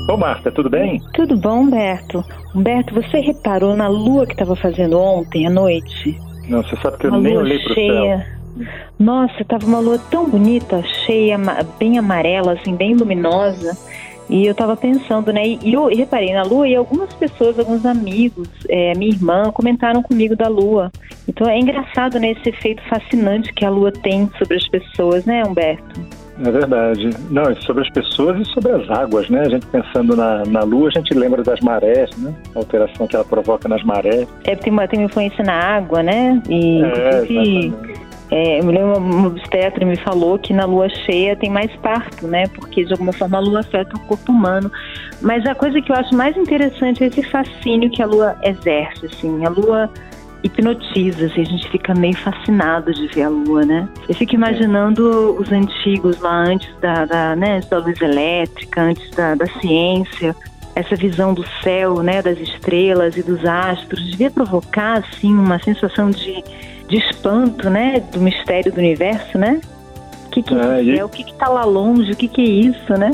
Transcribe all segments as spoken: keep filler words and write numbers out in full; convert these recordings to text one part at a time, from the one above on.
Ô, Márcia, tudo bem? Tudo bom, Humberto? Humberto, você reparou na lua que estava fazendo ontem à noite? Não, você sabe que eu uma nem lua olhei pro cheia. céu. Nossa, estava uma lua tão bonita, cheia, bem amarela, assim, bem luminosa. E eu estava pensando, né? E eu reparei na lua e algumas pessoas, alguns amigos, é, minha irmã, comentaram comigo da lua. Então é engraçado, né? Esse efeito fascinante que a lua tem sobre as pessoas, né, Humberto? É verdade. Não, sobre as pessoas e sobre as águas, né? A gente pensando na, na lua, a gente lembra das marés, né? A alteração que ela provoca nas marés. É, tem uma, tem uma influência na água, né? E, é, inclusive, é, eu me lembro, uma obstetra me falou que na lua cheia tem mais parto, né? Porque, de alguma forma, a lua afeta o corpo humano. Mas a coisa que eu acho mais interessante é esse fascínio que a lua exerce, assim. A lua hipnotiza, assim, a gente fica meio fascinado de ver a lua, né? Eu fico imaginando os antigos lá antes da, da, né, antes da luz elétrica, antes da, da ciência, essa visão do céu, né, das estrelas e dos astros, devia provocar, assim, uma sensação de, de espanto, né, do mistério do universo, né? O que que é, é e... o que que tá lá longe, o que que é isso, né?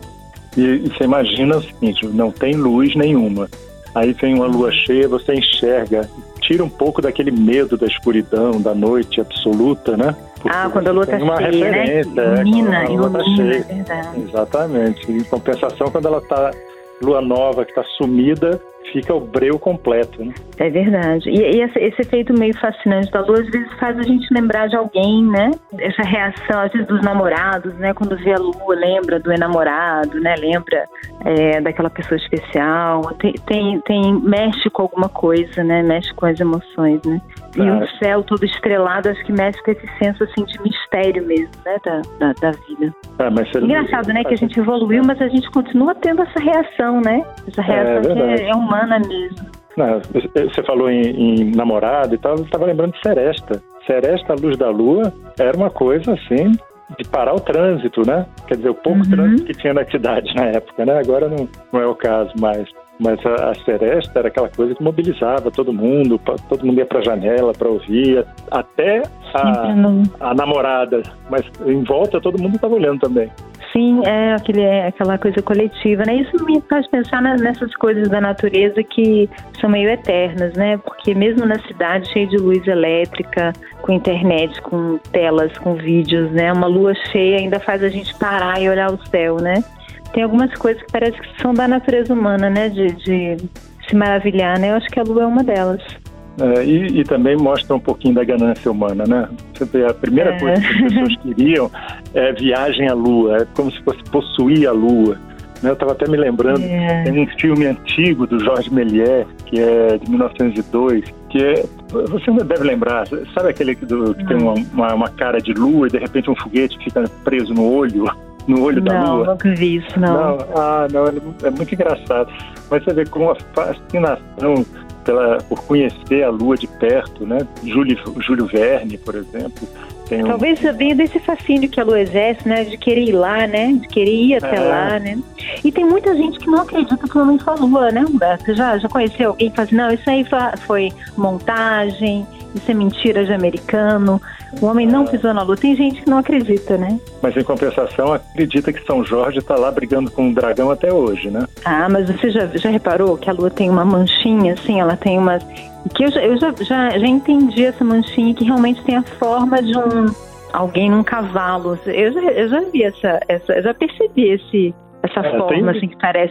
E, e você imagina o seguinte, não tem luz nenhuma. Aí vem uma lua cheia, você enxerga, tira um pouco daquele medo da escuridão, da noite absoluta, né? Porque ah, quando a lua está cheia, referência, né? Ilumina, é, ilumina, tá cheia. É verdade. Exatamente. Em compensação, quando ela está lua nova, que está sumida, fica o breu completo, né? É verdade. E, e esse, esse efeito meio fascinante da lua, às vezes faz a gente lembrar de alguém, né? Essa reação, às vezes, dos namorados, né? Quando vê a lua, lembra do enamorado, né? Lembra é, daquela pessoa especial. Tem, tem, tem, mexe com alguma coisa, né? Mexe com as emoções, né? E ah. um céu todo estrelado, acho que mexe com esse senso, assim, de mistério mesmo, né? Da, da, da vida. Ah, mas você... Engraçado, né? Que a gente evoluiu, mas a gente continua tendo essa reação, né? Essa reação é, que é, é humana mesmo. Não, você falou em, em namorado e tal, eu estava lembrando de Seresta. Seresta, a luz da lua, era uma coisa assim, de parar o trânsito, né? Quer dizer, o pouco uhum. trânsito que tinha na cidade na época, né? Agora não, não é o caso mais. Mas a, a Seresta era aquela coisa que mobilizava todo mundo, todo mundo ia para a janela para ouvir, até a, a namorada, mas em volta todo mundo estava olhando também. Sim, é, aquele, é aquela coisa coletiva, né? Isso me faz pensar nessas coisas da natureza que são meio eternas, né? Porque mesmo na cidade cheia de luz elétrica, com internet, com telas, com vídeos, né? Uma lua cheia ainda faz a gente parar e olhar o céu, né? Tem algumas coisas que parece que são da natureza humana, né? De, de se maravilhar, né? Eu acho que a lua é uma delas. É, e, e também mostra um pouquinho da ganância humana, né? Você vê, a primeira é. coisa que as pessoas queriam é viagem à lua, é como se fosse possuir a lua. Eu estava até me lembrando, é. tem um filme antigo do Georges Méliès, que é de mil novecentos e dois, que é, você não deve lembrar, sabe aquele do, que tem uma, uma, uma cara de lua e de repente um foguete fica preso no olho? No olho não, da lua. Não, nunca vi isso, não. não. Ah, não, é muito engraçado. Mas você vê como a fascinação pela, por conhecer a lua de perto, né? Júlio, Júlio Verne, por exemplo. Tem um... Talvez venha desse fascínio que a lua exerce, né? De querer ir lá, né? De querer ir até é. lá, né? E tem muita gente que não acredita que o homem foi a lua, né, Humberto? Você já, já conheceu alguém que fala assim, não, isso aí foi montagem, isso é mentira de americano, o homem não pisou na lua. Tem gente que não acredita, né? Mas em compensação acredita que São Jorge está lá brigando com um dragão até hoje, né? Ah, mas você já, já reparou que a lua tem uma manchinha, assim, ela tem umas... Que eu, já, eu já, já, já entendi essa manchinha que realmente tem a forma de um... alguém num cavalo. Eu já, eu já vi essa... essa eu já percebi esse... Essa é, forma, tem... assim, que parece...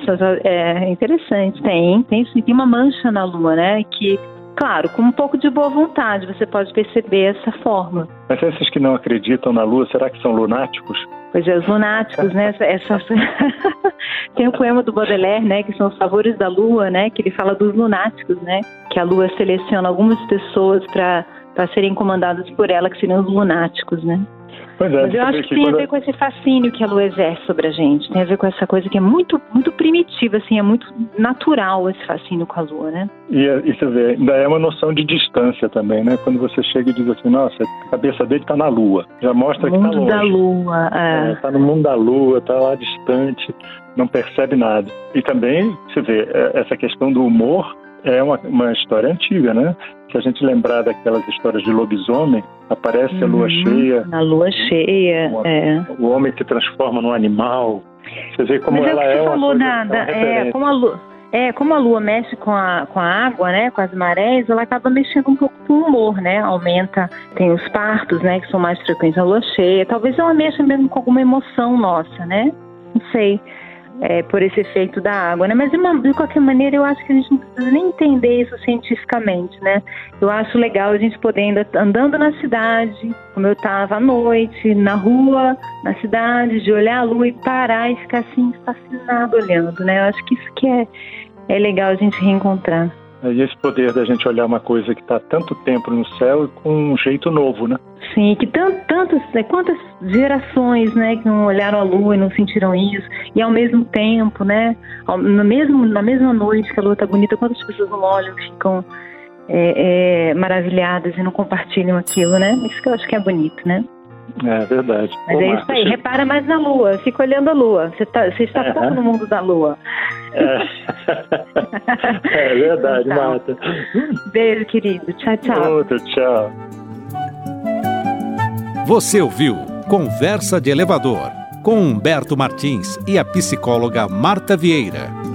É interessante. Tem, tem sim. Tem uma mancha na lua, né? Que... Claro, com um pouco de boa vontade você pode perceber essa forma. Mas esses que não acreditam na lua, será que são lunáticos? Pois é, os lunáticos, né? Essa, essa... Tem o poema do Baudelaire, né? Que são os favores da lua, né? Que ele fala dos lunáticos, né? Que a lua seleciona algumas pessoas para para serem comandadas por ela, que seriam os lunáticos, né? Pois é, mas eu acho que, que tem quando... a ver com esse fascínio que a lua exerce sobre a gente. Tem a ver com essa coisa que é muito, muito primitiva, assim, é muito natural esse fascínio com a lua, né? E, e você vê, ainda é uma noção de distância também, né? Quando você chega e diz assim, nossa, a cabeça dele está na lua. Já mostra que está longe. No mundo da lua, é. Está no mundo da lua, está lá distante, não percebe nada. E também, você vê, essa questão do humor é uma, uma história antiga, né? Se a gente lembrar daquelas histórias de lobisomem, aparece uhum, a lua cheia. Na lua cheia, uma, é. O homem se transforma num animal. Você vê como Mas ela é, o que é você uma falou coisa, da, da, uma é, como a lua, é, como a lua mexe com a, com a água, né, com as marés, ela acaba mexendo um pouco com o humor, né, aumenta, tem os partos, né, que são mais frequentes na lua cheia, talvez ela mexa mesmo com alguma emoção nossa, né, não sei, é, por esse efeito da água, né, mas de, uma, de qualquer maneira eu acho que a gente não precisa nem entender isso cientificamente, né, eu acho legal a gente poder ainda andando na cidade, como eu estava à noite, na rua, na cidade, de olhar a lua e parar e ficar assim, fascinado olhando, né, eu acho que isso que é, é legal a gente reencontrar. E esse poder da gente olhar uma coisa que está há tanto tempo no céu e com um jeito novo, né? Sim, que tanto, tantas, né, quantas gerações, né, que não olharam a lua e não sentiram isso, e ao mesmo tempo, né, ao, no mesmo, na mesma noite que a lua está bonita, quantas pessoas não olham e ficam é, é, maravilhadas e não compartilham aquilo, né? Isso que eu acho que é bonito, né? É verdade. Mas Ô, é Marta, isso aí, você... repara mais na lua, fica olhando a lua, você, tá, você está é, pouco no mundo da lua. É, é verdade, Então, Marta. Beijo, querido. Tchau, tchau. Outro, tchau. Você ouviu Conversa de Elevador, com Humberto Martins e a psicóloga Marta Vieira.